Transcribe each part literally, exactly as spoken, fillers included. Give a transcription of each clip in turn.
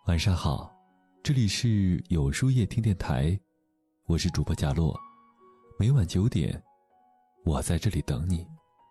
晚上好，这里是有书夜听电台，我是主播佳洛，每晚九点，我在这里等你。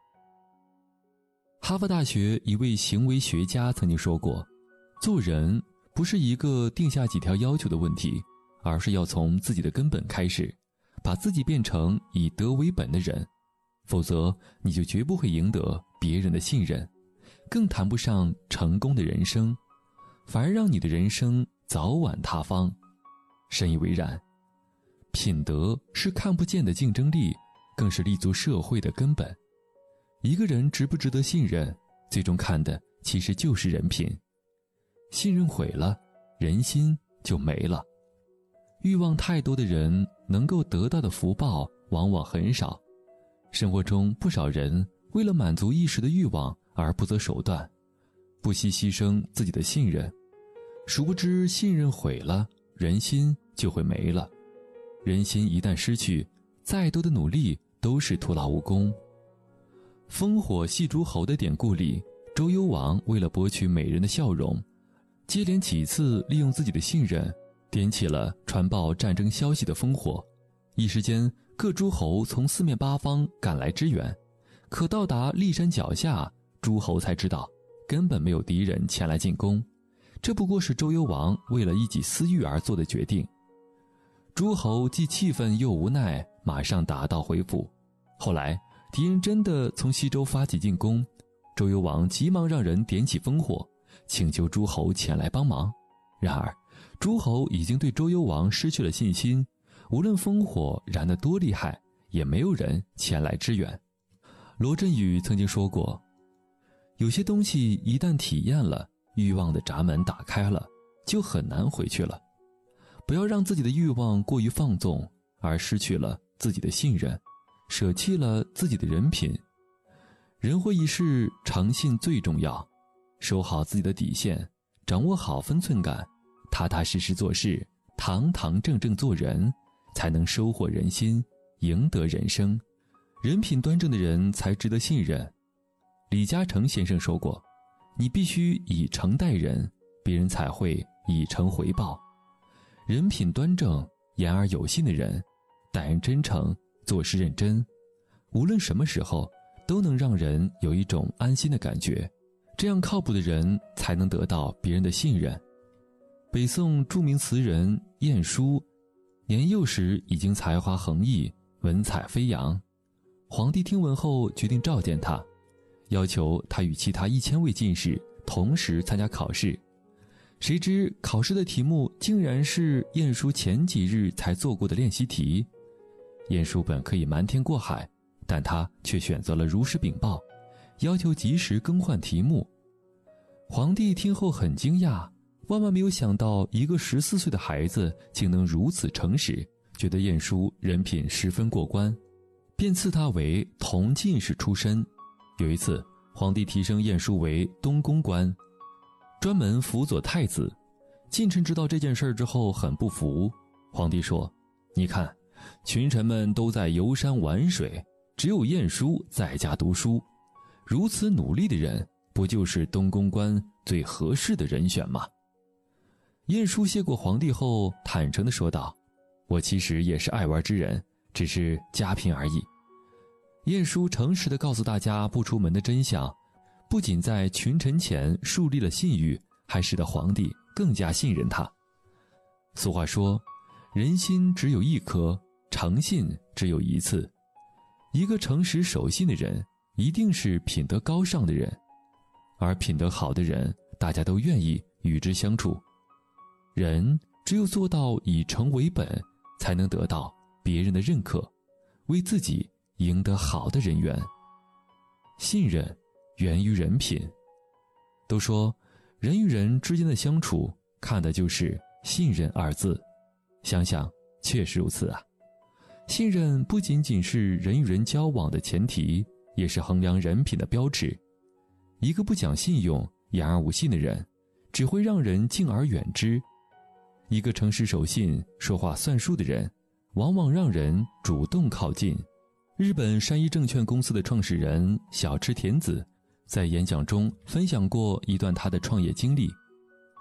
哈佛大学一位行为学家曾经说过，做人不是一个定下几条要求的问题，而是要从自己的根本开始，把自己变成以德为本的人，否则你就绝不会赢得别人的信任，更谈不上成功的人生，反而让你的人生早晚塌方。深以为然，品德是看不见的竞争力，更是立足社会的根本。一个人值不值得信任，最终看的其实就是人品。信任毁了，人心就没了。欲望太多的人，能够得到的福报往往很少。生活中不少人为了满足一时的欲望而不择手段，不惜牺牲自己的信任，殊不知信任毁了，人心就会没了。人心一旦失去，再多的努力都是徒劳无功。烽火戏诸侯的典故里，周幽王为了博取美人的笑容，接连几次利用自己的信任，点起了传报战争消息的烽火。一时间，各诸侯从四面八方赶来支援，可到达骊山脚下，诸侯才知道根本没有敌人前来进攻，这不过是周幽王为了一己私欲而做的决定。诸侯既气愤又无奈，马上打道回府。后来敌人真的从西周发起进攻，周幽王急忙让人点起烽火，请求诸侯前来帮忙。然而诸侯已经对周幽王失去了信心，无论烽火燃得多厉害，也没有人前来支援。罗振宇曾经说过，有些东西一旦体验了，欲望的闸门打开了，就很难回去了。不要让自己的欲望过于放纵，而失去了自己的信任，舍弃了自己的人品。人活一世，诚信最重要，守好自己的底线，掌握好分寸感，踏踏实实做事，堂堂正正做人，才能收获人心，赢得人生。人品端正的人才值得信任。李嘉诚先生说过，你必须以诚待人，别人才会以诚回报。人品端正、言而有信的人，待人真诚，做事认真，无论什么时候都能让人有一种安心的感觉。这样靠谱的人才能得到别人的信任。北宋著名词人晏殊，年幼时已经才华横溢，文采飞扬。皇帝听闻后决定召见他，要求他与其他一千位进士同时参加考试。谁知考试的题目竟然是晏殊前几日才做过的练习题。晏殊本可以瞒天过海，但他却选择了如实禀报，要求及时更换题目。皇帝听后很惊讶，万万没有想到一个十四岁的孩子竟能如此诚实，觉得晏殊人品十分过关，便赐他为同进士出身。有一次，皇帝提升晏殊为东宫官，专门辅佐太子。近臣知道这件事之后很不服，皇帝说，你看，群臣们都在游山玩水，只有晏殊在家读书，如此努力的人，不就是东宫官最合适的人选吗？晏殊谢过皇帝后，坦诚地说道，我其实也是爱玩之人，只是家贫而已。晏殊诚实地告诉大家不出门的真相，不仅在群臣前树立了信誉，还使得皇帝更加信任他。俗话说，人心只有一颗，诚信只有一次。一个诚实守信的人，一定是品德高尚的人，而品德好的人，大家都愿意与之相处。人只有做到以诚为本，才能得到别人的认可，为自己赢得好的人缘。信任源于人品。都说人与人之间的相处，看的就是信任二字。想想确实如此啊。信任不仅仅是人与人交往的前提，也是衡量人品的标尺。一个不讲信用、言而无信的人，只会让人敬而远之。一个诚实守信、说话算数的人，往往让人主动靠近。日本山一证券公司的创始人小池田子在演讲中分享过一段他的创业经历。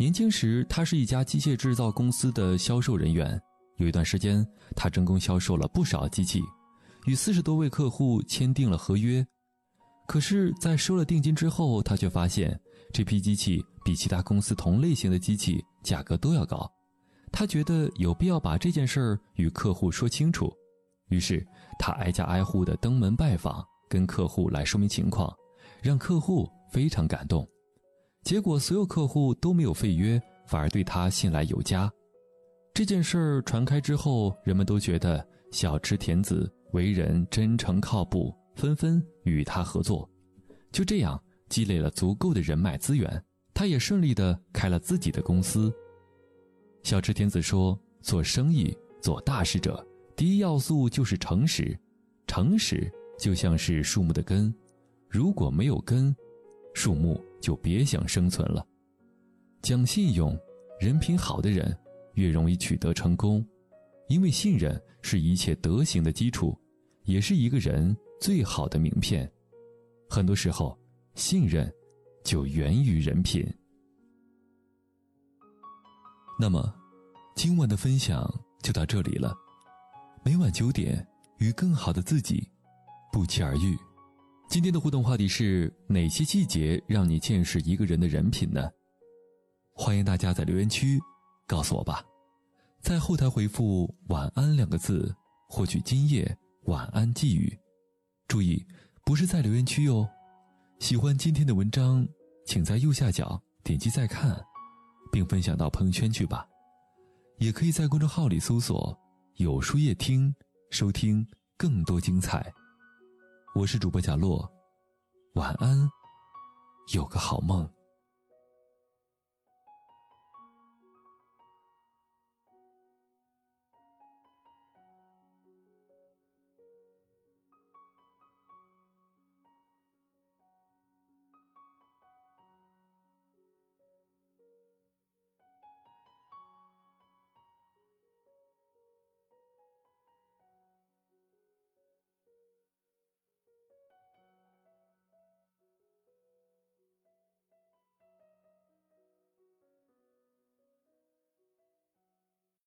年轻时，他是一家机械制造公司的销售人员。有一段时间，他成功销售了不少机器，与四十多位客户签订了合约。可是，在收了定金之后，他却发现这批机器比其他公司同类型的机器价格都要高。他觉得有必要把这件事儿与客户说清楚，于是他挨家挨户地登门拜访，跟客户来说明情况，让客户非常感动。结果所有客户都没有废约，反而对他信赖有加。这件事儿传开之后，人们都觉得小池田子为人真诚靠谱，纷纷与他合作。就这样积累了足够的人脉资源，他也顺利地开了自己的公司。小池田子说，做生意做大事者，第一要素就是诚实。诚实就像是树木的根，如果没有根，树木就别想生存了。讲信用，人品好的人越容易取得成功，因为信任是一切德行的基础，也是一个人最好的名片。很多时候，信任就源于人品。那么，今晚的分享就到这里了。每晚九点，与更好的自己不期而遇。今天的互动话题是：哪些细节让你见识一个人的人品呢？欢迎大家在留言区告诉我吧。在后台回复晚安两个字，获取今夜晚安寄语。注意，不是在留言区哦。喜欢今天的文章，请在右下角点击再看，并分享到朋友圈去吧。也可以在公众号里搜索有书夜听，收听更多精彩。我是主播贾洛，晚安，有个好梦。